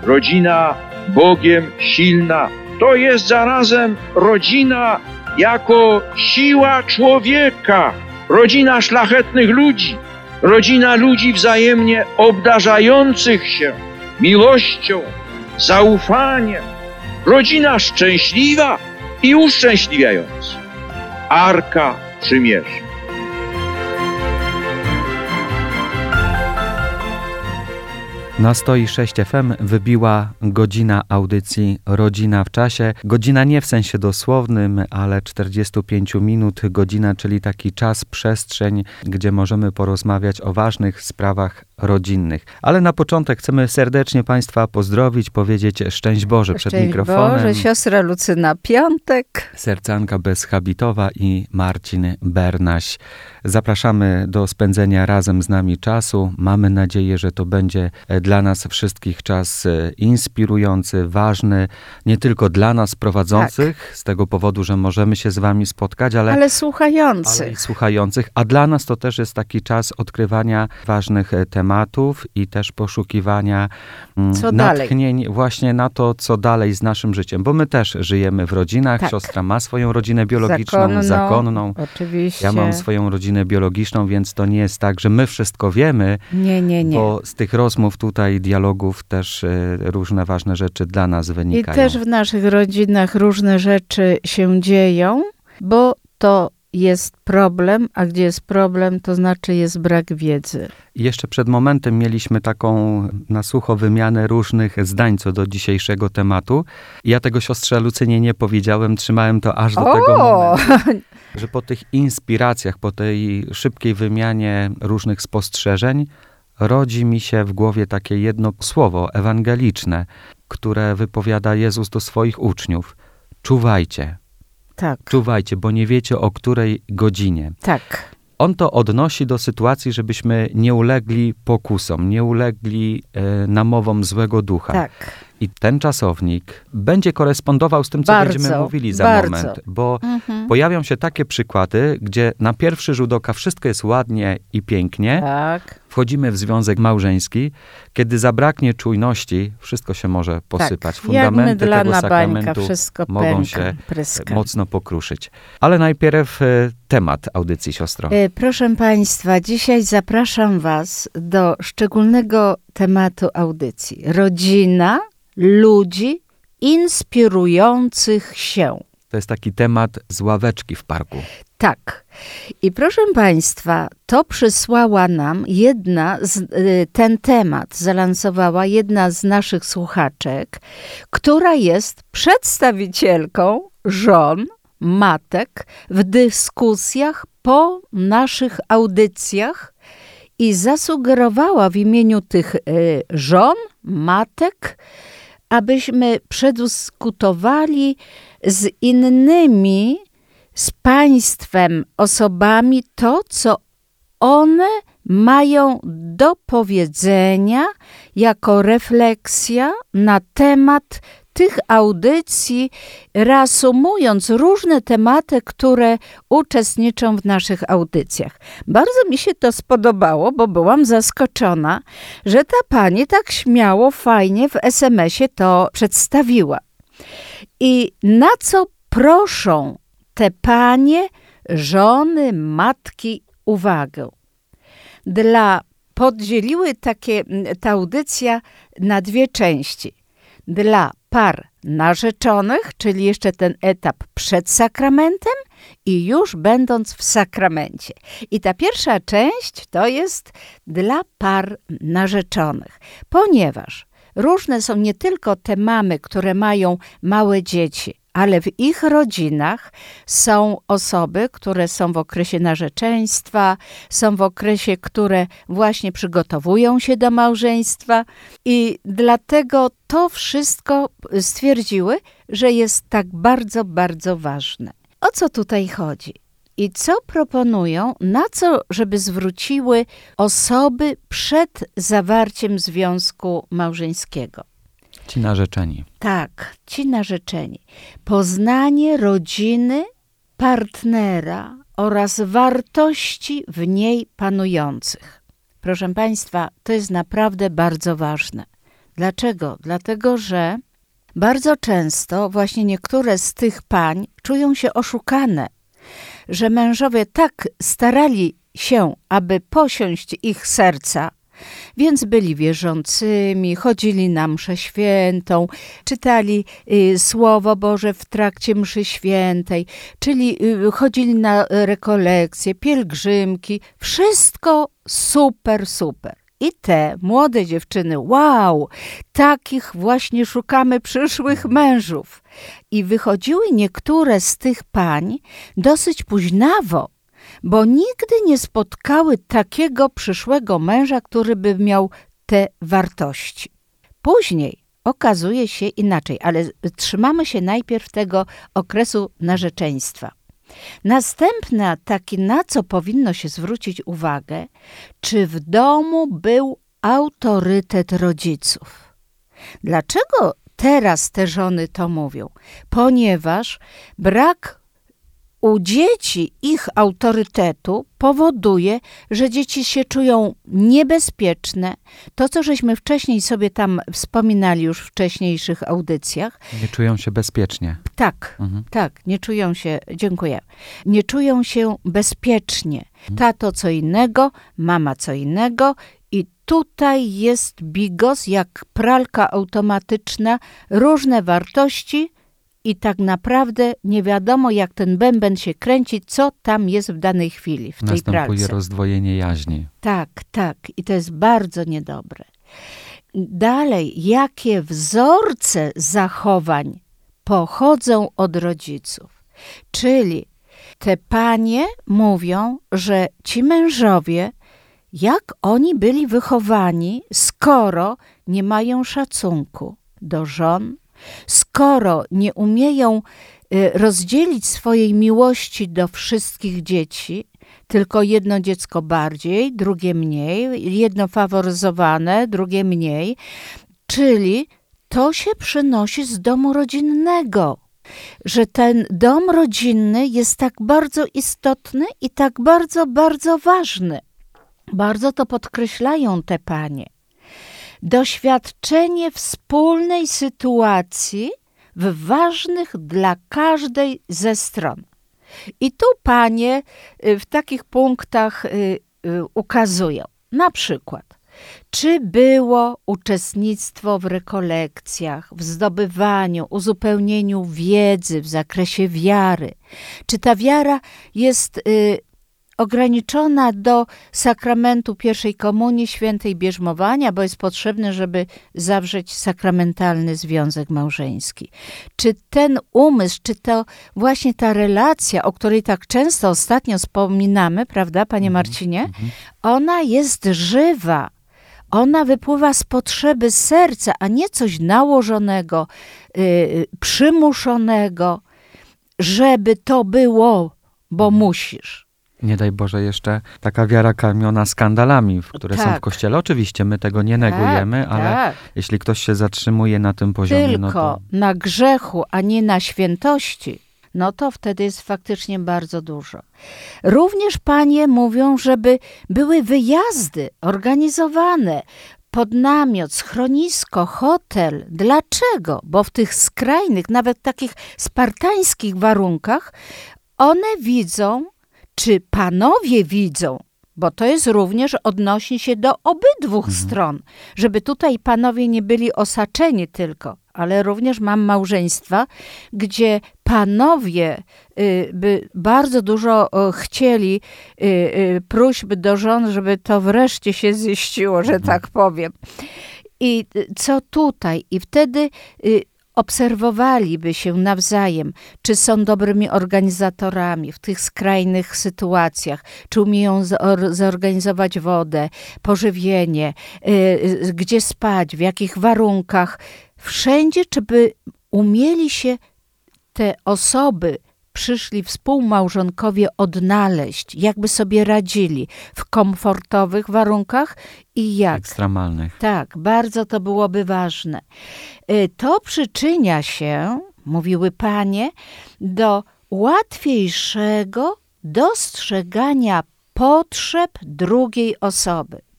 rodzina Bogiem silna. To jest zarazem rodzina jako siła człowieka, rodzina szlachetnych ludzi, rodzina ludzi wzajemnie obdarzających się miłością, zaufaniem, rodzina szczęśliwa i uszczęśliwiająca. Arka Przymierza. Na 106 FM wybiła godzina audycji Rodzina w czasie. Godzina nie w sensie dosłownym, ale 45 minut. Godzina, czyli taki czas, przestrzeń, gdzie możemy porozmawiać o ważnych sprawach rodzinnych. Ale na początek chcemy serdecznie Państwa pozdrowić, powiedzieć szczęść Boże przed mikrofonem. Szczęść Boże, siostra Lucyna Piątek, sercanka Bezhabitowa i Marcin Bernaś. Zapraszamy do spędzenia razem z nami czasu. Mamy nadzieję, że to będzie dla nas wszystkich czas inspirujący, ważny, nie tylko dla nas prowadzących, z tego powodu, że możemy się z wami spotkać, ale słuchających. A dla nas to też jest taki czas odkrywania ważnych tematów i też poszukiwania natchnień właśnie na to, co dalej z naszym życiem. Bo my też żyjemy w rodzinach. Siostra ma swoją rodzinę biologiczną, zakonną. Oczywiście. Ja mam swoją rodzinę biologiczną, więc to nie jest tak, że my wszystko wiemy. Nie. Bo z tych rozmów tutaj, dialogów też różne ważne rzeczy dla nas wynikają. I też w naszych rodzinach różne rzeczy się dzieją, bo to jest problem, a gdzie jest problem, to znaczy jest brak wiedzy. I jeszcze przed momentem mieliśmy taką na sucho wymianę różnych zdań co do dzisiejszego tematu. Ja tego siostrze Lucynie nie powiedziałem, trzymałem to aż do tego momentu, że po tych inspiracjach, po tej szybkiej wymianie różnych spostrzeżeń, rodzi mi się w głowie takie jedno słowo ewangeliczne, które wypowiada Jezus do swoich uczniów. Czuwajcie. Tak. Czuwajcie, bo nie wiecie, o której godzinie. Tak. On to odnosi do sytuacji, żebyśmy nie ulegli pokusom, nie ulegli namowom złego ducha. Tak. I ten czasownik będzie korespondował z tym, co będziemy mówili za moment. Bo pojawią się takie przykłady, gdzie na pierwszy rzut oka wszystko jest ładnie i pięknie. Tak. Wchodzimy w związek małżeński. Kiedy zabraknie czujności, wszystko się może posypać. Tak. Fundamenty tego sakramentu bańka, wszystko mogą się pryska. mocno pokruszyć. Ale najpierw temat audycji, siostro. Proszę Państwa, dzisiaj zapraszam Was do szczególnego tematu audycji. Rodzina ludzi inspirujących się. To jest taki temat z ławeczki w parku. Tak. I proszę Państwa, to przysłała nam ten temat zalansowała jedna z naszych słuchaczek, która jest przedstawicielką żon, matek w dyskusjach po naszych audycjach i zasugerowała w imieniu tych żon, matek, abyśmy przedyskutowali z innymi, z państwem, osobami to, co one mają do powiedzenia jako refleksja na temat tych audycji, reasumując różne tematy, które uczestniczą w naszych audycjach. Bardzo mi się to spodobało, bo byłam zaskoczona, że ta pani tak śmiało, fajnie w SMS-ie to przedstawiła. I na co proszą te panie, żony, matki uwagę? Podzieliły ta audycja na dwie części. Dla par narzeczonych, czyli jeszcze ten etap przed sakramentem i już będąc w sakramencie. I ta pierwsza część to jest dla par narzeczonych, ponieważ różne są nie tylko te mamy, które mają małe dzieci, ale w ich rodzinach są osoby, które są w okresie narzeczeństwa, są w okresie, które właśnie przygotowują się do małżeństwa i dlatego to wszystko stwierdziły, że jest tak bardzo, bardzo ważne. O co tutaj chodzi? I co proponują, na co, żeby zwróciły osoby przed zawarciem związku małżeńskiego? Ci narzeczeni. Tak, ci narzeczeni. Poznanie rodziny, partnera oraz wartości w niej panujących. Proszę Państwa, to jest naprawdę bardzo ważne. Dlaczego? Dlatego, że bardzo często właśnie niektóre z tych pań czują się oszukane, że mężowie tak starali się, aby posiąść ich serca, więc byli wierzącymi, chodzili na mszę świętą, czytali Słowo Boże w trakcie mszy świętej, czyli chodzili na rekolekcje, pielgrzymki. Wszystko super, super. I te młode dziewczyny, wow, takich właśnie szukamy przyszłych mężów. I wychodziły niektóre z tych pań dosyć późnawo, bo nigdy nie spotkały takiego przyszłego męża, który by miał te wartości. Później okazuje się inaczej, ale trzymamy się najpierw tego okresu narzeczeństwa. Następne takie, na co powinno się zwrócić uwagę, czy w domu był autorytet rodziców. Dlaczego teraz te żony to mówią? Ponieważ brak u dzieci ich autorytetu powoduje, że dzieci się czują niebezpieczne. To, co żeśmy wcześniej sobie tam wspominali już w wcześniejszych audycjach. Nie czują się bezpiecznie. Tak, tak, nie czują się, dziękuję, nie czują się bezpiecznie. Tato co innego, mama co innego i tutaj jest bigos, jak pralka automatyczna, różne wartości, i tak naprawdę nie wiadomo, jak ten bęben się kręci, co tam jest w danej chwili, w tej pralce. Następuje rozdwojenie jaźni. Tak, tak. I to jest bardzo niedobre. Dalej, jakie wzorce zachowań pochodzą od rodziców? Czyli te panie mówią, że ci mężowie, jak oni byli wychowani, skoro nie mają szacunku do żon, skoro nie umieją rozdzielić swojej miłości do wszystkich dzieci, tylko jedno dziecko bardziej, drugie mniej, jedno faworyzowane, drugie mniej, czyli to się przynosi z domu rodzinnego, że ten dom rodzinny jest tak bardzo istotny i tak bardzo, bardzo ważny. Bardzo to podkreślają te panie. Doświadczenie wspólnej sytuacji w ważnych dla każdej ze stron. I tu panie w takich punktach ukazują. Na przykład, czy było uczestnictwo w rekolekcjach, w zdobywaniu, uzupełnieniu wiedzy w zakresie wiary. Czy ta wiara jest ograniczona do sakramentu pierwszej komunii, świętej bierzmowania, bo jest potrzebne, żeby zawrzeć sakramentalny związek małżeński. Czy ten umysł, czy to właśnie ta relacja, o której tak często ostatnio wspominamy, prawda, panie Marcinie? Ona jest żywa. Ona wypływa z potrzeby serca, a nie coś nałożonego, przymuszonego, żeby to było, bo musisz. Nie daj Boże jeszcze taka wiara karmiona skandalami, które są w Kościele. Oczywiście my tego nie negujemy, ale jeśli ktoś się zatrzymuje na tym poziomie, tylko no to... na grzechu, a nie na świętości, no to wtedy jest faktycznie bardzo dużo. Również panie mówią, żeby były wyjazdy organizowane pod namiot, schronisko, hotel. Dlaczego? Bo w tych skrajnych, nawet takich spartańskich warunkach one widzą, czy panowie widzą, bo to jest również, odnosi się do obydwu stron, żeby tutaj panowie nie byli osaczeni tylko, ale również mam małżeństwa, gdzie panowie by bardzo dużo chcieli próśby do żon, żeby to wreszcie się ziściło, że tak powiem. I co tutaj? I wtedy obserwowaliby się nawzajem, czy są dobrymi organizatorami w tych skrajnych sytuacjach, czy umieją zorganizować wodę, pożywienie, gdzie spać, w jakich warunkach. Wszędzie, czy by umieli się te osoby, przyszli współmałżonkowie odnaleźć, jakby sobie radzili w komfortowych warunkach i jak. Ekstremalnych. Tak, bardzo to byłoby ważne. To przyczynia się, mówiły panie, do łatwiejszego dostrzegania potrzeb drugiej osoby.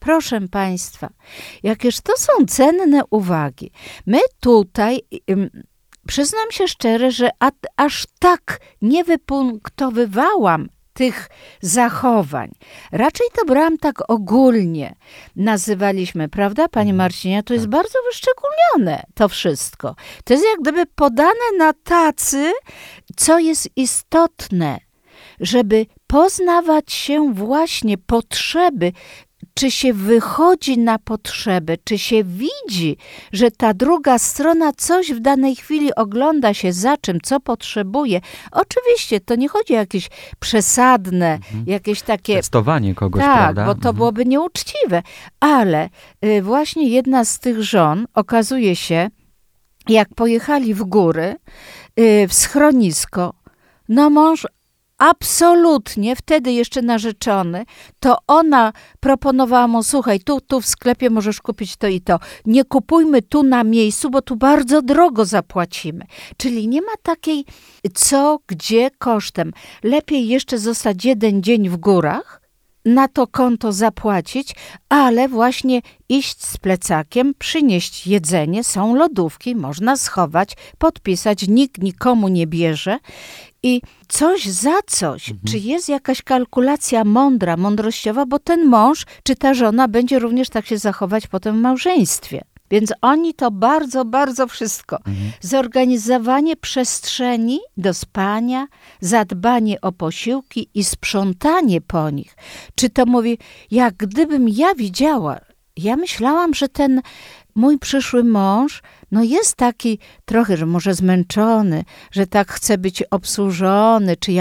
Proszę Państwa, jakież to są cenne uwagi. My tutaj, przyznam się szczerze, że aż tak nie wypunktowywałam tych zachowań. Raczej to brałam tak ogólnie. Nazywaliśmy, prawda, Pani Marcinie? To jest bardzo wyszczególnione to wszystko. To jest jak gdyby podane na tacy, co jest istotne, żeby poznawać się właśnie potrzeby, czy się wychodzi na potrzeby, czy się widzi, że ta druga strona coś w danej chwili ogląda się za czym, co potrzebuje. Oczywiście to nie chodzi o jakieś przesadne, jakieś takie... Testowanie kogoś, tak, prawda? bo to byłoby nieuczciwe. Ale właśnie jedna z tych żon, okazuje się, jak pojechali w góry, w schronisko, no mąż absolutnie, wtedy jeszcze narzeczony, to ona proponowała mu, słuchaj, tu w sklepie możesz kupić to i to. Nie kupujmy tu na miejscu, bo tu bardzo drogo zapłacimy. Czyli nie ma takiej co, gdzie kosztem. Lepiej jeszcze zostać jeden dzień w górach, na to konto zapłacić, ale właśnie iść z plecakiem, przynieść jedzenie, są lodówki, można schować, podpisać, nikt nikomu nie bierze i coś za coś. Czy jest jakaś kalkulacja mądra, mądrościowa, bo ten mąż czy ta żona będzie również tak się zachować potem w małżeństwie. Więc oni to bardzo, bardzo wszystko. Zorganizowanie przestrzeni do spania, zadbanie o posiłki i sprzątanie po nich. Czy to mówi, jak gdybym ja widziała, ja myślałam, że ten mój przyszły mąż, no jest taki trochę, że może zmęczony, że tak chce być obsłużony, czy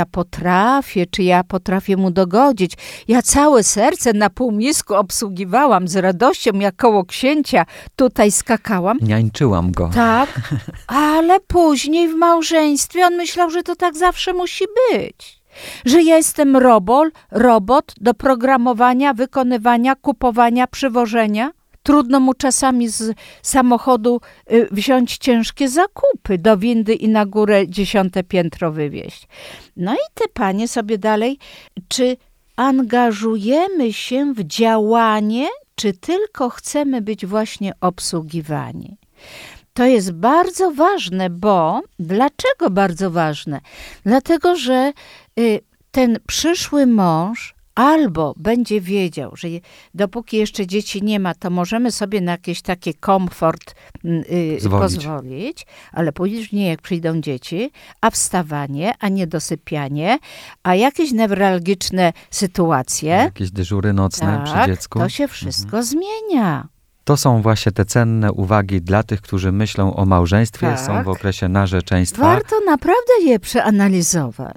ja potrafię mu dogodzić. Ja całe serce na półmisku obsługiwałam z radością, jak koło księcia tutaj skakałam. Niańczyłam go. Tak, ale później w małżeństwie on myślał, że to tak zawsze musi być. Że ja jestem robot do programowania, wykonywania, kupowania, przywożenia. Trudno mu czasami z samochodu wziąć ciężkie zakupy do windy i na górę 10. piętro wywieźć. No i te panie sobie dalej, czy angażujemy się w działanie, czy tylko chcemy być właśnie obsługiwani? To jest bardzo ważne, bo dlaczego bardzo ważne? Dlatego, że ten przyszły mąż albo będzie wiedział, że dopóki jeszcze dzieci nie ma, to możemy sobie na jakieś takie komfort pozwolić, ale później jak przyjdą dzieci, a wstawanie, a niedosypianie, a jakieś newralgiczne sytuacje. Jakieś dyżury nocne przy dziecku. To się wszystko zmienia. To są właśnie te cenne uwagi dla tych, którzy myślą o małżeństwie, są w okresie narzeczeństwa. Warto naprawdę je przeanalizować.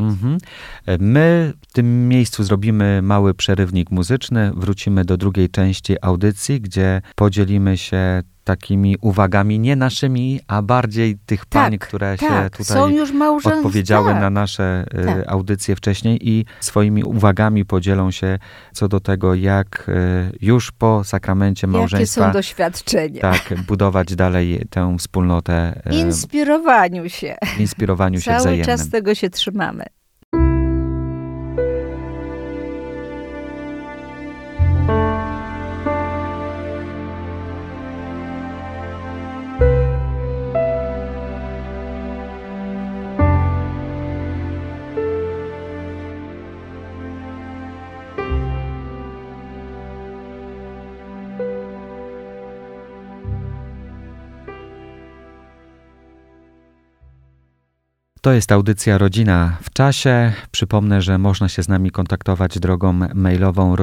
My w tym miejscu zrobimy mały przerywnik muzyczny, wrócimy do drugiej części audycji, gdzie podzielimy się takimi uwagami, nie naszymi, a bardziej tych pań, które się tutaj są już odpowiedziały na nasze audycje wcześniej i swoimi uwagami podzielą się co do tego, jak już po sakramencie małżeństwa... Jakie są doświadczenia. Tak, budować dalej tę wspólnotę. Inspirowaniu się Inspirowaniu się wzajemnym. Cały czas tego się trzymamy. To jest audycja Rodzina w czasie. Przypomnę, że można się z nami kontaktować drogą mailową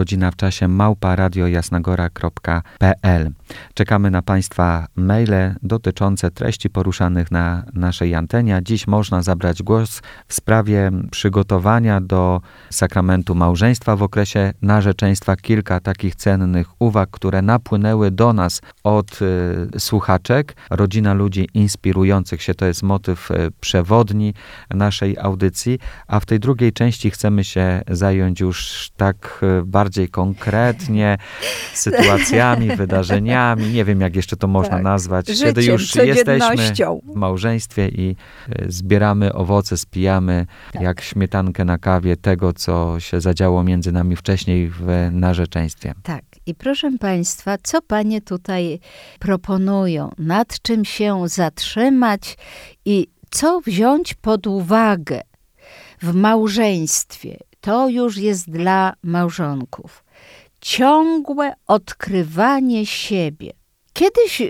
rodzinawczasie@radiojasnagora.pl. Czekamy na Państwa maile dotyczące treści poruszanych na naszej antenie. Dziś można zabrać głos w sprawie przygotowania do sakramentu małżeństwa w okresie narzeczeństwa. Kilka takich cennych uwag, które napłynęły do nas od słuchaczek. Rodzina ludzi inspirujących się to jest motyw przewodni słuchaczami naszej audycji, a w tej drugiej części chcemy się zająć już tak bardziej konkretnie sytuacjami, wydarzeniami, nie wiem jak jeszcze to można nazwać, życiem, kiedy już jesteśmy w małżeństwie i zbieramy owoce, spijamy jak śmietankę na kawie tego, co się zadziało między nami wcześniej w narzeczeństwie. Tak. I proszę Państwa, co Panie tutaj proponują? Nad czym się zatrzymać i co wziąć pod uwagę w małżeństwie? To już jest dla małżonków. Ciągłe odkrywanie siebie. Kiedyś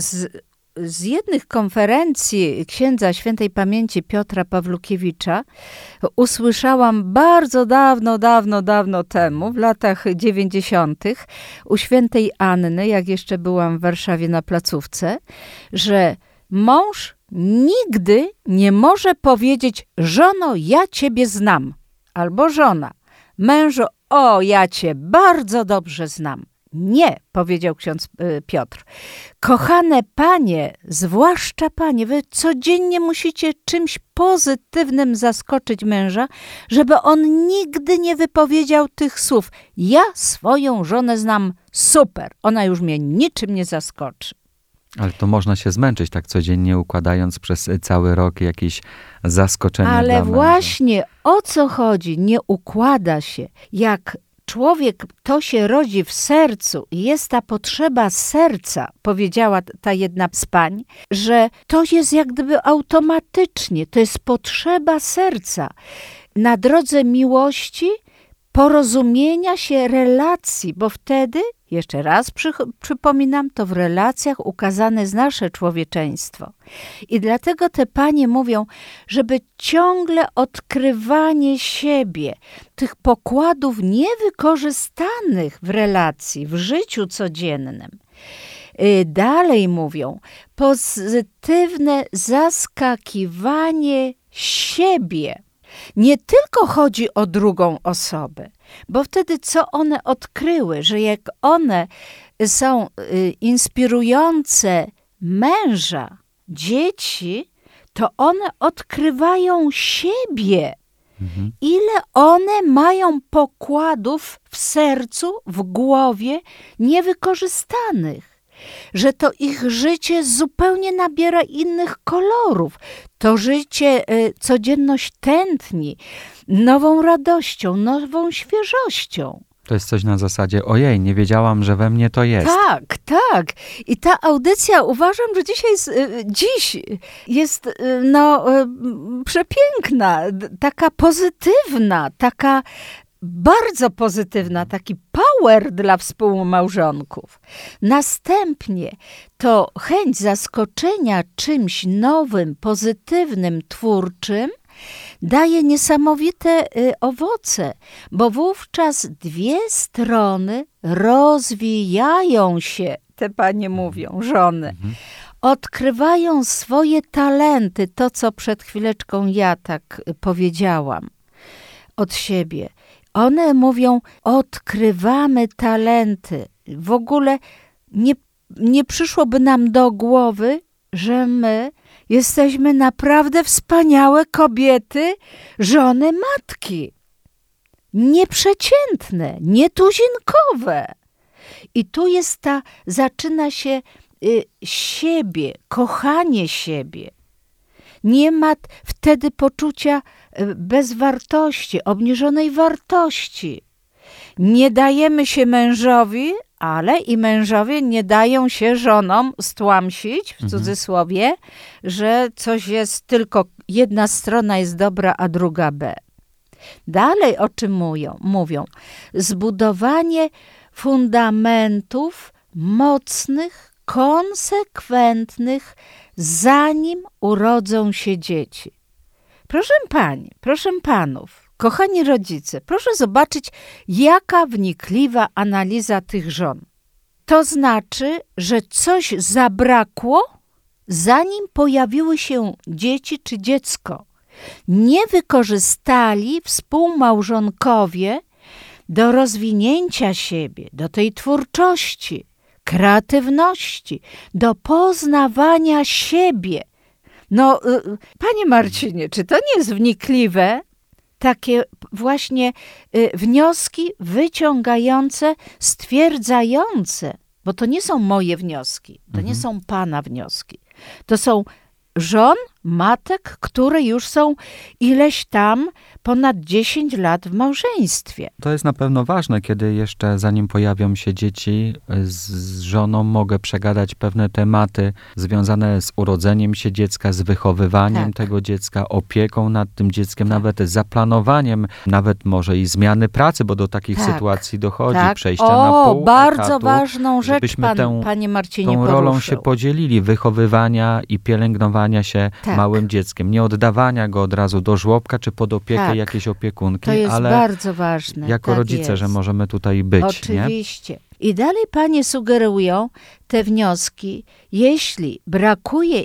z jednych konferencji księdza świętej pamięci Piotra Pawlukiewicza usłyszałam bardzo dawno temu, w latach 90. u świętej Anny, jak jeszcze byłam w Warszawie na placówce, że mąż nigdy nie może powiedzieć: żono, ja ciebie znam, albo żona: mężu, o, ja cię bardzo dobrze znam. Nie, powiedział ksiądz Piotr. Kochane panie, zwłaszcza panie, wy codziennie musicie czymś pozytywnym zaskoczyć męża, żeby on nigdy nie wypowiedział tych słów: ja swoją żonę znam super, ona już mnie niczym nie zaskoczy. Ale to można się zmęczyć tak codziennie, układając przez cały rok jakieś zaskoczenia dla męża. Ale właśnie o co chodzi? Nie układa się. Jak człowiek, to się rodzi w sercu i jest ta potrzeba serca, powiedziała ta jedna z pań, że to jest jak gdyby automatycznie, to jest potrzeba serca. Na drodze miłości, porozumienia się, relacji, bo wtedy, jeszcze raz przypominam, to w relacjach ukazane jest nasze człowieczeństwo. I dlatego te panie mówią, żeby ciągle odkrywanie siebie, tych pokładów niewykorzystanych w relacji, w życiu codziennym. Dalej mówią, pozytywne zaskakiwanie siebie. Nie tylko chodzi o drugą osobę, bo wtedy co one odkryły, że jak one są inspirujące męża, dzieci, to one odkrywają siebie. Ile one mają pokładów w sercu, w głowie niewykorzystanych. Że to ich życie zupełnie nabiera innych kolorów. To życie, codzienność tętni nową radością, nową świeżością. To jest coś na zasadzie: ojej, nie wiedziałam, że we mnie to jest. Tak. I ta audycja, uważam, że dziś jest przepiękna, taka pozytywna, taka bardzo pozytywna, taki power dla współmałżonków. Następnie to chęć zaskoczenia czymś nowym, pozytywnym, twórczym daje niesamowite owoce, bo wówczas dwie strony rozwijają się, te panie mówią, żony. Odkrywają swoje talenty, to co przed chwileczką ja tak powiedziałam od siebie. One mówią, odkrywamy talenty. W ogóle nie przyszłoby nam do głowy, że my jesteśmy naprawdę wspaniałe kobiety, żony, matki. Nieprzeciętne, nietuzinkowe. I tu jest zaczyna się siebie, kochanie siebie. Nie ma wtedy poczucia bezwartości, obniżonej wartości. Nie dajemy się mężowi, ale i mężowie nie dają się żonom stłamsić, w cudzysłowie, że coś jest tylko, jedna strona jest dobra, a druga B. Dalej o czym mówią? Zbudowanie fundamentów mocnych, konsekwentnych, zanim urodzą się dzieci. Proszę pań, proszę panów, kochani rodzice, proszę zobaczyć, jaka wnikliwa analiza tych żon. To znaczy, że coś zabrakło, zanim pojawiły się dzieci czy dziecko. Nie wykorzystali współmałżonkowie do rozwinięcia siebie, do tej twórczości, kreatywności, do poznawania siebie. No, panie Marcinie, czy to nie jest wnikliwe? Takie właśnie wnioski wyciągające, stwierdzające, bo to nie są moje wnioski, to nie są pana wnioski. To są żon, matek, które już są ileś tam ponad 10 lat w małżeństwie. To jest na pewno ważne, kiedy jeszcze zanim pojawią się dzieci, z żoną mogę przegadać pewne tematy związane z urodzeniem się dziecka, z wychowywaniem tego dziecka, opieką nad tym dzieckiem, nawet zaplanowaniem, nawet może i zmiany pracy, bo do takich sytuacji dochodzi, przejścia na pół bardzo etatu, ważną rzecz panie Marcinie tą poruszył. rolą się podzielili, wychowywania i pielęgnowania się małym dzieckiem. Nie oddawania go od razu do żłobka czy pod opiekę jakiejś opiekunki, to jest ale bardzo ważne. jako rodzice, że możemy tutaj być. Oczywiście. Nie? I dalej panie sugerują te wnioski. Jeśli brakuje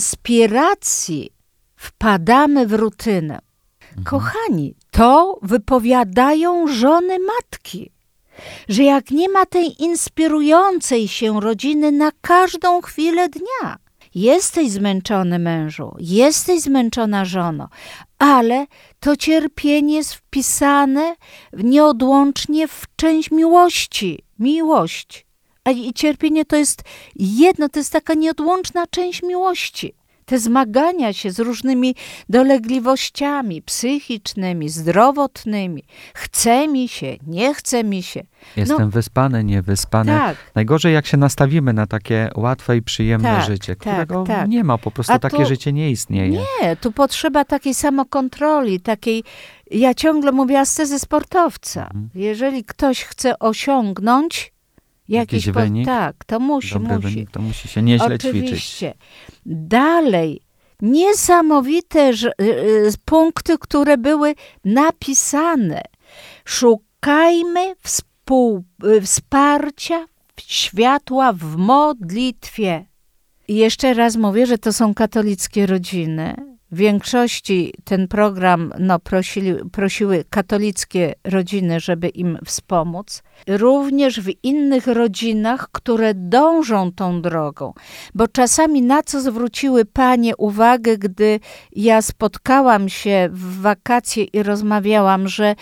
inspiracji, wpadamy w rutynę. Kochani, to wypowiadają żony matki, że jak nie ma tej inspirującej się rodziny na każdą chwilę dnia, jesteś zmęczony mężu, jesteś zmęczona żono, ale to cierpienie jest wpisane nieodłącznie w część miłości. Miłość. I cierpienie to jest jedno, to jest taka nieodłączna część miłości. Te zmagania się z różnymi dolegliwościami psychicznymi, zdrowotnymi. Chce mi się, nie chce mi się. Jestem wyspany, niewyspany. Najgorzej, jak się nastawimy na takie łatwe i przyjemne życie, którego nie ma. Po prostu takie życie nie istnieje. Nie, tu potrzeba takiej samokontroli, takiej, ja ciągle mówię, ascezy sportowca. Jeżeli ktoś chce osiągnąć jakiś wynik, to musi. Wynik, to musi się nieźle ćwiczyć. ćwiczyć. Dalej, niesamowite punkty, które były napisane. Szukajmy wsparcia światła w modlitwie. I jeszcze raz mówię, że to są katolickie rodziny. W większości ten program prosiły katolickie rodziny, żeby im wspomóc. Również w innych rodzinach, które dążą tą drogą. Bo czasami na co zwróciły panie uwagę, gdy ja spotkałam się w wakacje i rozmawiałam, że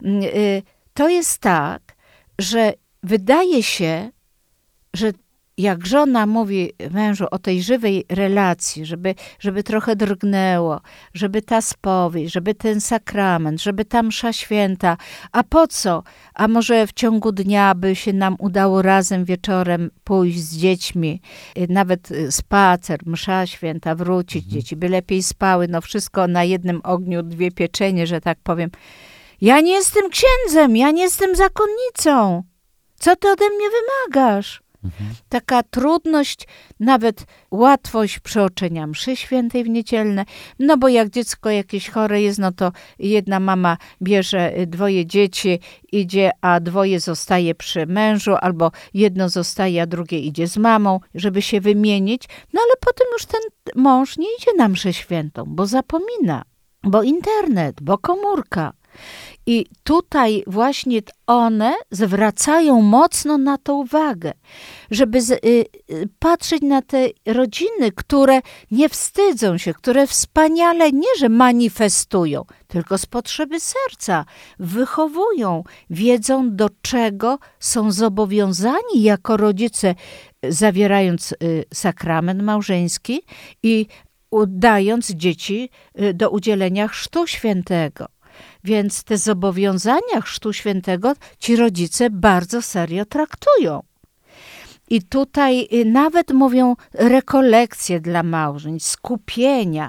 to jest tak, że wydaje się, że jak żona mówi mężu o tej żywej relacji, żeby trochę drgnęło, żeby ta spowiedź, żeby ten sakrament, żeby ta msza święta, a po co? A może w ciągu dnia by się nam udało razem wieczorem pójść z dziećmi, nawet spacer, msza święta, wrócić, dzieci by lepiej spały, no wszystko na jednym ogniu, dwie pieczenie, że tak powiem. Ja nie jestem księdzem, ja nie jestem zakonnicą. Co ty ode mnie wymagasz? Taka trudność, nawet łatwość przeoczenia mszy świętej w niedzielne, no bo jak dziecko jakieś chore jest, no to jedna mama bierze 2 dzieci, idzie, a 2 zostaje przy mężu, albo jedno zostaje, a drugie idzie z mamą, żeby się wymienić, no ale potem już ten mąż nie idzie na mszę świętą, bo zapomina, bo internet, bo komórka. I tutaj właśnie one zwracają mocno na to uwagę, żeby patrzeć na te rodziny, które nie wstydzą się, które wspaniale nie, że manifestują, tylko z potrzeby serca wychowują, wiedzą do czego są zobowiązani jako rodzice, zawierając sakrament małżeński i udając dzieci do udzielenia chrztu świętego. Więc te zobowiązania chrztu świętego ci rodzice bardzo serio traktują. I tutaj nawet mówią rekolekcje dla małżeństw, skupienia,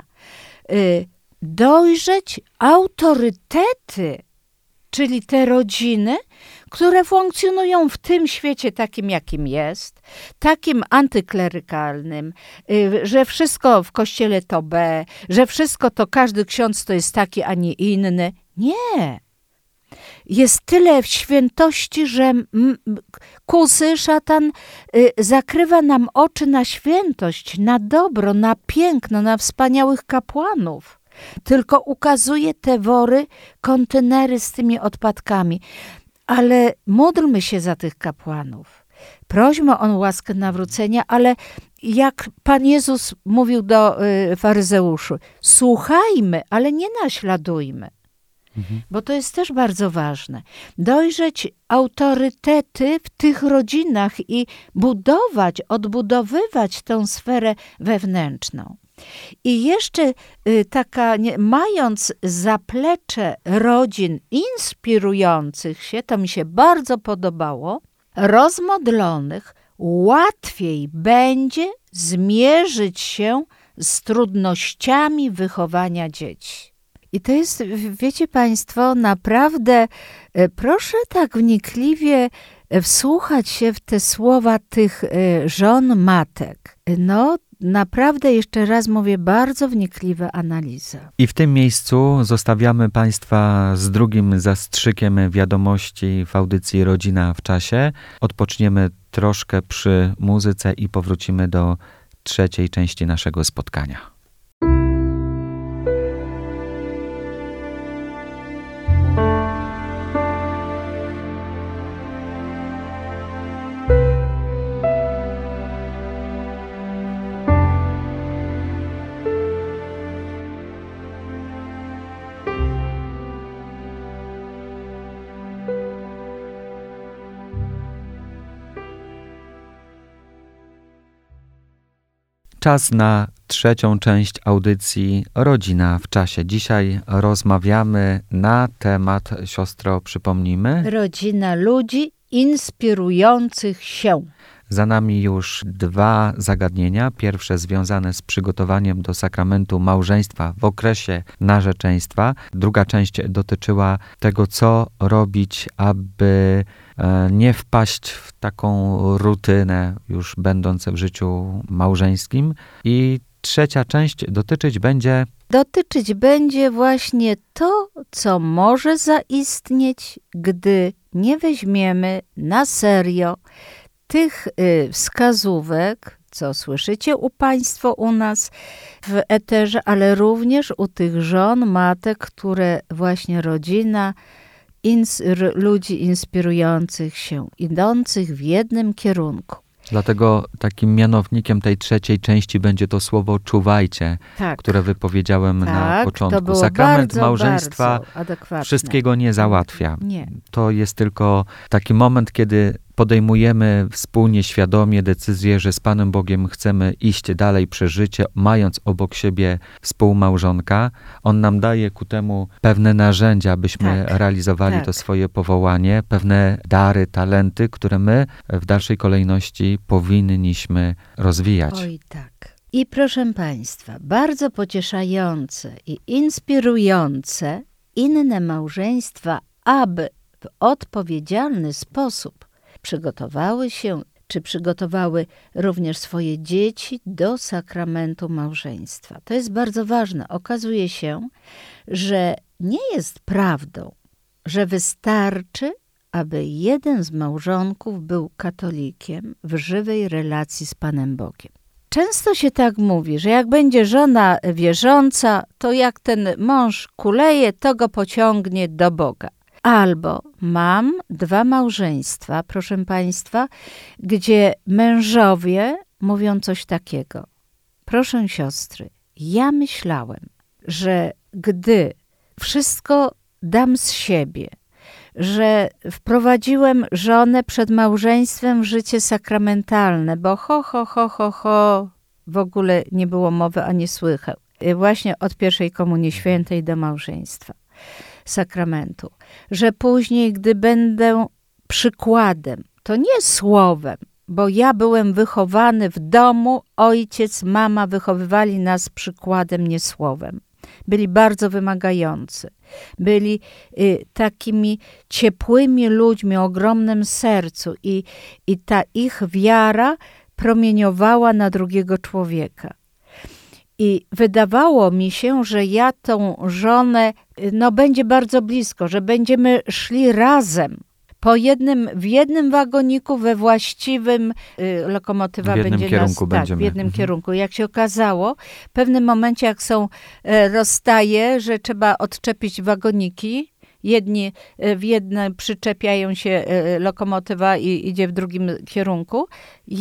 dojrzeć autorytety, czyli te rodziny, które funkcjonują w tym świecie takim, jakim jest, takim antyklerykalnym, że wszystko w kościele to B, że wszystko to każdy ksiądz to jest taki, a nie inny. Nie. Jest tyle świętości, że kusy, szatan zakrywa nam oczy na świętość, na dobro, na piękno, na wspaniałych kapłanów. Tylko ukazuje te wory, kontenery z tymi odpadkami. Ale módlmy się za tych kapłanów. Prośmy o łaskę nawrócenia, ale jak Pan Jezus mówił do faryzeuszy, słuchajmy, ale nie naśladujmy. Bo to jest też bardzo ważne. Dojrzeć autorytety w tych rodzinach i odbudowywać tę sferę wewnętrzną. I jeszcze mając zaplecze rodzin inspirujących się, to mi się bardzo podobało, rozmodlonych, łatwiej będzie zmierzyć się z trudnościami wychowania dzieci. I to jest, wiecie Państwo, naprawdę proszę tak wnikliwie wsłuchać się w te słowa tych żon matek. No, naprawdę, jeszcze raz mówię, bardzo wnikliwa analiza. I w tym miejscu zostawiamy Państwa z drugim zastrzykiem wiadomości w audycji Rodzina w czasie. Odpoczniemy troszkę przy muzyce i powrócimy do trzeciej części naszego spotkania. Czas na trzecią część audycji Rodzina w czasie. Dzisiaj rozmawiamy na temat, siostro, przypomnijmy? Rodzina ludzi inspirujących się. Za nami już 2 zagadnienia. Pierwsze związane z przygotowaniem do sakramentu małżeństwa w okresie narzeczeństwa. Druga część dotyczyła tego, co robić, aby nie wpaść w taką rutynę, już będąc w życiu małżeńskim. I trzecia część dotyczyć będzie właśnie to, co może zaistnieć, gdy nie weźmiemy na serio tych wskazówek, co słyszycie u nas w eterze, ale również u tych żon, matek, które właśnie rodzina ludzi inspirujących się, idących w jednym kierunku. Dlatego takim mianownikiem tej trzeciej części będzie to słowo czuwajcie, które wypowiedziałem na początku. To było Sakrament bardzo, małżeństwa bardzo wszystkiego nie załatwia. Nie. To jest tylko taki moment, kiedy podejmujemy wspólnie, świadomie decyzję, że z Panem Bogiem chcemy iść dalej przez życie, mając obok siebie współmałżonka. On nam daje ku temu pewne narzędzia, abyśmy realizowali to swoje powołanie, pewne dary, talenty, które my w dalszej kolejności powinniśmy rozwijać. Oj tak. I proszę Państwa, bardzo pocieszające i inspirujące inne małżeństwa, aby w odpowiedzialny sposób przygotowały się, czy przygotowały również swoje dzieci do sakramentu małżeństwa. To jest bardzo ważne. Okazuje się, że nie jest prawdą, że wystarczy, aby jeden z małżonków był katolikiem w żywej relacji z Panem Bogiem. Często się tak mówi, że jak będzie żona wierząca, to jak ten mąż kuleje, to go pociągnie do Boga. Albo mam 2 małżeństwa, proszę Państwa, gdzie mężowie mówią coś takiego. Proszę siostry, ja myślałem, że gdy wszystko dam z siebie, że wprowadziłem żonę przed małżeństwem w życie sakramentalne, bo w ogóle nie było mowy ani słychał. Właśnie od pierwszej komunii świętej do małżeństwa, sakramentu. Że później, gdy będę przykładem, to nie słowem, bo ja byłem wychowany w domu, ojciec, mama wychowywali nas przykładem, nie słowem. Byli bardzo wymagający. Byli takimi ciepłymi ludźmi o ogromnym sercu i ta ich wiara promieniowała na drugiego człowieka. I wydawało mi się, że ja tą żonę, będzie bardzo blisko, że będziemy szli razem. W jednym wagoniku, we właściwym, lokomotywa w jednym będzie kierunku nas, w jednym kierunku. Jak się okazało, w pewnym momencie, jak są rozstaje, że trzeba odczepić wagoniki, w jedne przyczepiają się lokomotywa i idzie w drugim kierunku. Ja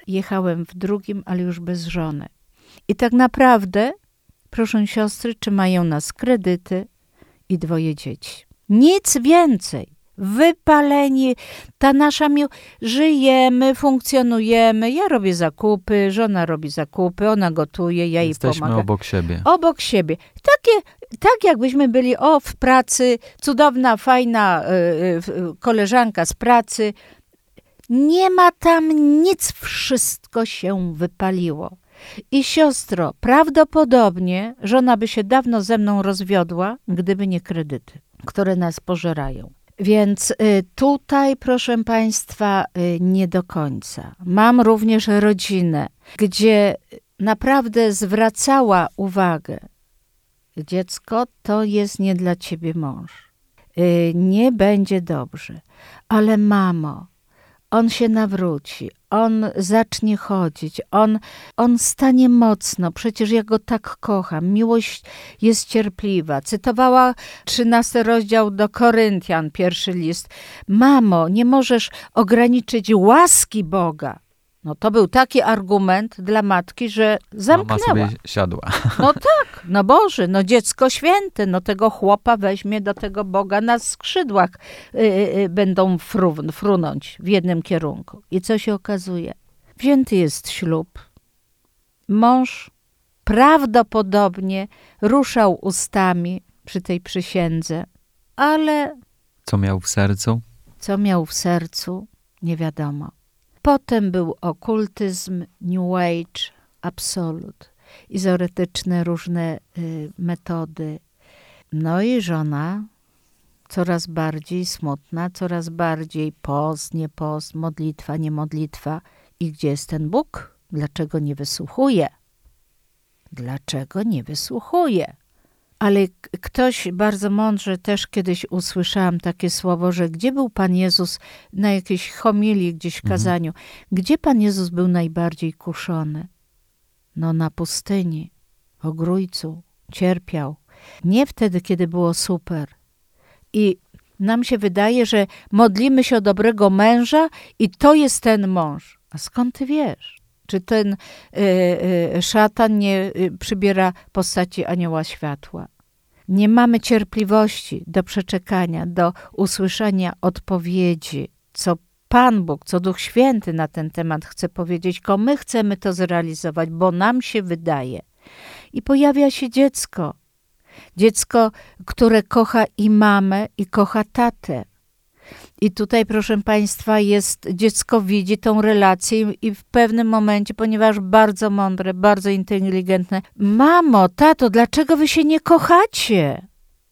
jechałem w drugim, ale już bez żony. I tak naprawdę, proszę siostry, trzymają nas kredyty i 2 dzieci. Nic więcej. Wypaleni, ta nasza żyjemy, funkcjonujemy, ja robię zakupy, żona robi zakupy, ona gotuje, ja jej pomagam. Jesteśmy obok siebie. Obok siebie. Tak jakbyśmy byli w pracy, cudowna, fajna koleżanka z pracy. Nie ma tam nic, wszystko się wypaliło. I siostro, prawdopodobnie żona by się dawno ze mną rozwiodła, gdyby nie kredyty, które nas pożerają. Więc tutaj, proszę Państwa, nie do końca. Mam również rodzinę, gdzie naprawdę zwracała uwagę. Dziecko, to jest nie dla ciebie mąż. Nie będzie dobrze. Ale mamo, on się nawróci, on zacznie chodzić, on stanie mocno, przecież ja go tak kocham, miłość jest cierpliwa. Cytowała 13 rozdział do Koryntian, 1 list. Mamo, nie możesz ograniczyć łaski Boga. No to był taki argument dla matki, że zamknęła. Mama sobie siadła. No tak, no Boże, no dziecko święte, no tego chłopa weźmie do tego Boga na skrzydłach, będą frunąć w jednym kierunku. I co się okazuje? Wzięty jest ślub. Mąż prawdopodobnie ruszał ustami przy tej przysiędze, ale... Co miał w sercu? Co miał w sercu, nie wiadomo. Potem był okultyzm, New Age, absolut, ezoteryczne różne metody. No i żona coraz bardziej smutna, coraz bardziej post, nie post, modlitwa, nie modlitwa. I gdzie jest ten Bóg? Dlaczego nie wysłuchuje? Dlaczego nie wysłuchuje? Ale ktoś bardzo mądrze, też kiedyś usłyszałam takie słowo, że gdzie był Pan Jezus na jakiejś homilii, gdzieś w kazaniu, gdzie Pan Jezus był najbardziej kuszony? No na pustyni, w ogrójcu, cierpiał. Nie wtedy, kiedy było super. I nam się wydaje, że modlimy się o dobrego męża i to jest ten mąż. A skąd ty wiesz? Czy ten szatan nie przybiera postaci anioła światła? Nie mamy cierpliwości do przeczekania, do usłyszenia odpowiedzi, co Pan Bóg, co Duch Święty na ten temat chce powiedzieć, tylko my chcemy to zrealizować, bo nam się wydaje. I pojawia się dziecko. Dziecko, które kocha i mamę, i kocha tatę. I tutaj, proszę Państwa, dziecko widzi tą relację i w pewnym momencie, ponieważ bardzo mądre, bardzo inteligentne, mamo, tato, dlaczego wy się nie kochacie?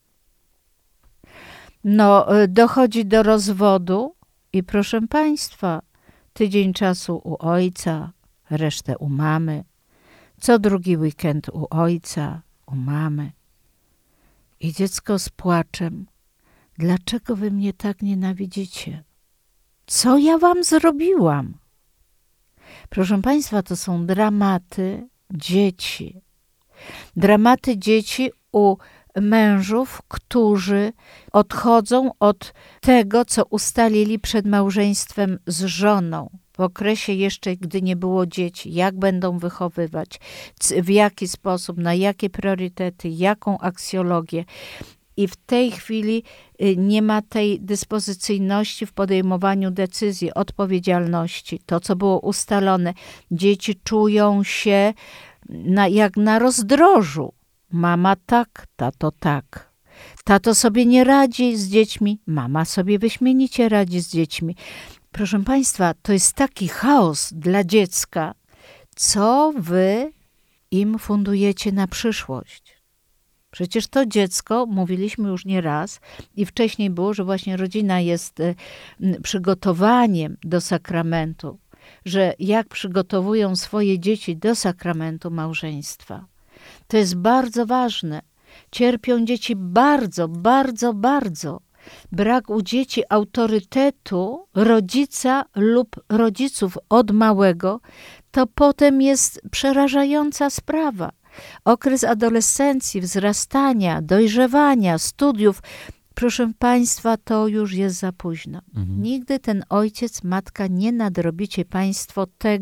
No, dochodzi do rozwodu i proszę Państwa, tydzień czasu u ojca, resztę u mamy, co drugi weekend u ojca, u mamy. I dziecko z płaczem. Dlaczego wy mnie tak nienawidzicie? Co ja wam zrobiłam? Proszę Państwa, to są dramaty dzieci. Dramaty dzieci u mężów, którzy odchodzą od tego, co ustalili przed małżeństwem z żoną. W okresie jeszcze, gdy nie było dzieci, jak będą wychowywać, w jaki sposób, na jakie priorytety, jaką aksjologię. I w tej chwili nie ma tej dyspozycyjności w podejmowaniu decyzji, odpowiedzialności. To, co było ustalone. Dzieci czują się jak na rozdrożu. Mama tak, tato tak. Tato sobie nie radzi z dziećmi, mama sobie wyśmienicie radzi z dziećmi. Proszę Państwa, to jest taki chaos dla dziecka, co wy im fundujecie na przyszłość. Przecież to dziecko, mówiliśmy już nie raz i wcześniej było, że właśnie rodzina jest przygotowaniem do sakramentu, że jak przygotowują swoje dzieci do sakramentu małżeństwa. To jest bardzo ważne. Cierpią dzieci bardzo, bardzo, bardzo. Brak u dzieci autorytetu rodzica lub rodziców od małego, to potem jest przerażająca sprawa. Okres adolescencji, wzrastania, dojrzewania, studiów, proszę Państwa, to już jest za późno. Nigdy ten ojciec, matka nie nadrobicie Państwo tego,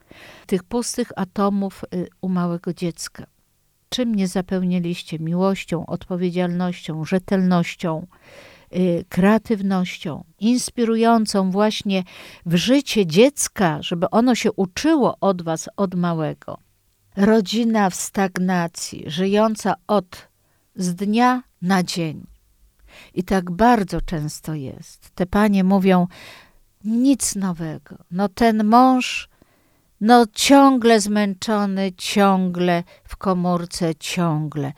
tych pustych atomów u małego dziecka. Czym nie zapełniliście? Miłością, odpowiedzialnością, rzetelnością, kreatywnością, inspirującą właśnie w życie dziecka, żeby ono się uczyło od was od małego. Rodzina w stagnacji, żyjąca z dnia na dzień. I tak bardzo często jest. Te panie mówią, nic nowego. No ten mąż, no ciągle zmęczony, ciągle w komórce, ciągle.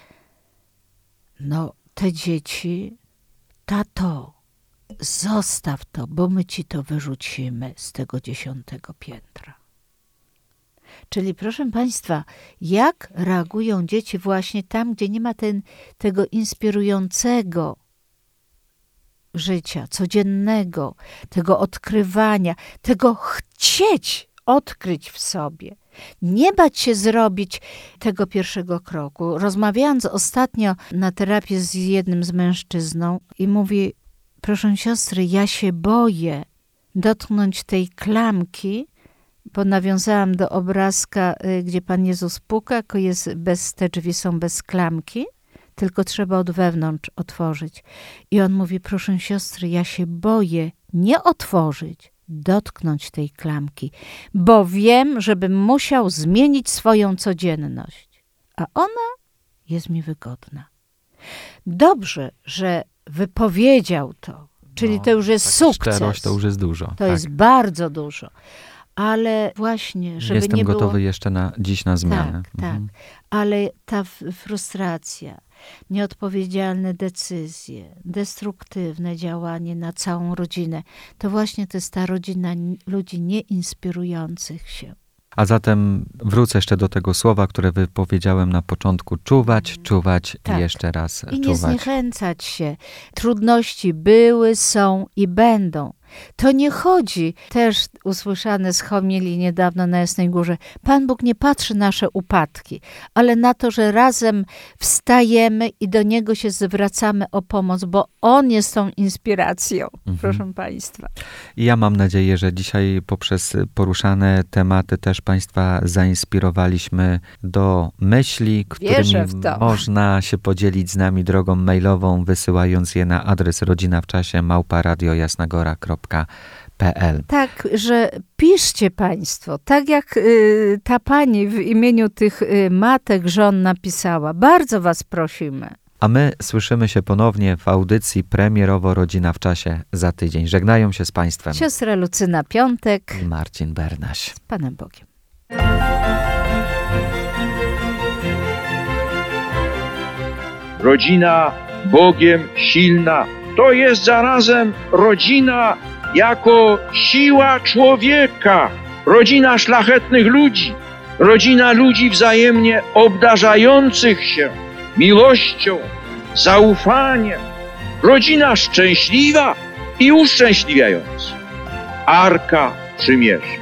No te dzieci, tato, zostaw to, bo my ci to wyrzucimy z tego 10. piętra. Czyli proszę Państwa, jak reagują dzieci właśnie tam, gdzie nie ma tego inspirującego życia, codziennego, tego odkrywania, tego chcieć odkryć w sobie. Nie bać się zrobić tego pierwszego kroku. Rozmawiając ostatnio na terapii z jednym z mężczyzną i mówi, proszę siostry, ja się boję dotknąć tej klamki, bo nawiązałam do obrazka, gdzie Pan Jezus puka, te drzwi są bez klamki, tylko trzeba od wewnątrz otworzyć. I on mówi, proszę siostry, ja się boję nie otworzyć, dotknąć tej klamki, bo wiem, żebym musiał zmienić swoją codzienność, a ona jest mi wygodna. Dobrze, że wypowiedział to, czyli to już jest sukces. Szczerość to już jest dużo. To jest bardzo dużo. Ale właśnie, żeby Jestem nie było... gotowy jeszcze dziś na zmianę. Tak. Ale ta frustracja, nieodpowiedzialne decyzje, destruktywne działanie na całą rodzinę, to właśnie to jest ta rodzina ludzi nieinspirujących się. A zatem wrócę jeszcze do tego słowa, które wypowiedziałem na początku. Czuwać i jeszcze raz czuwać. I nie zniechęcać się. Trudności były, są i będą. To nie chodzi, też usłyszane z homilii niedawno na Jasnej Górze, Pan Bóg nie patrzy na nasze upadki, ale na to, że razem wstajemy i do Niego się zwracamy o pomoc, bo On jest tą inspiracją, proszę Państwa. I ja mam nadzieję, że dzisiaj poprzez poruszane tematy też Państwa zainspirowaliśmy do myśli, którymi można się podzielić z nami drogą mailową, wysyłając je na adres rodzinawczasie@radiojasnagora.pl. Tak, że piszcie Państwo, tak jak ta pani w imieniu tych matek, żon napisała. Bardzo Was prosimy. A my słyszymy się ponownie w audycji premierowo Rodzina w czasie za tydzień. Żegnają się z Państwem siostra Lucyna Piątek i Marcin Bernaś. Z Panem Bogiem. Rodzina Bogiem silna to jest zarazem rodzina jako siła człowieka, rodzina szlachetnych ludzi, rodzina ludzi wzajemnie obdarzających się miłością, zaufaniem, rodzina szczęśliwa i uszczęśliwiająca. Arka Przymierza.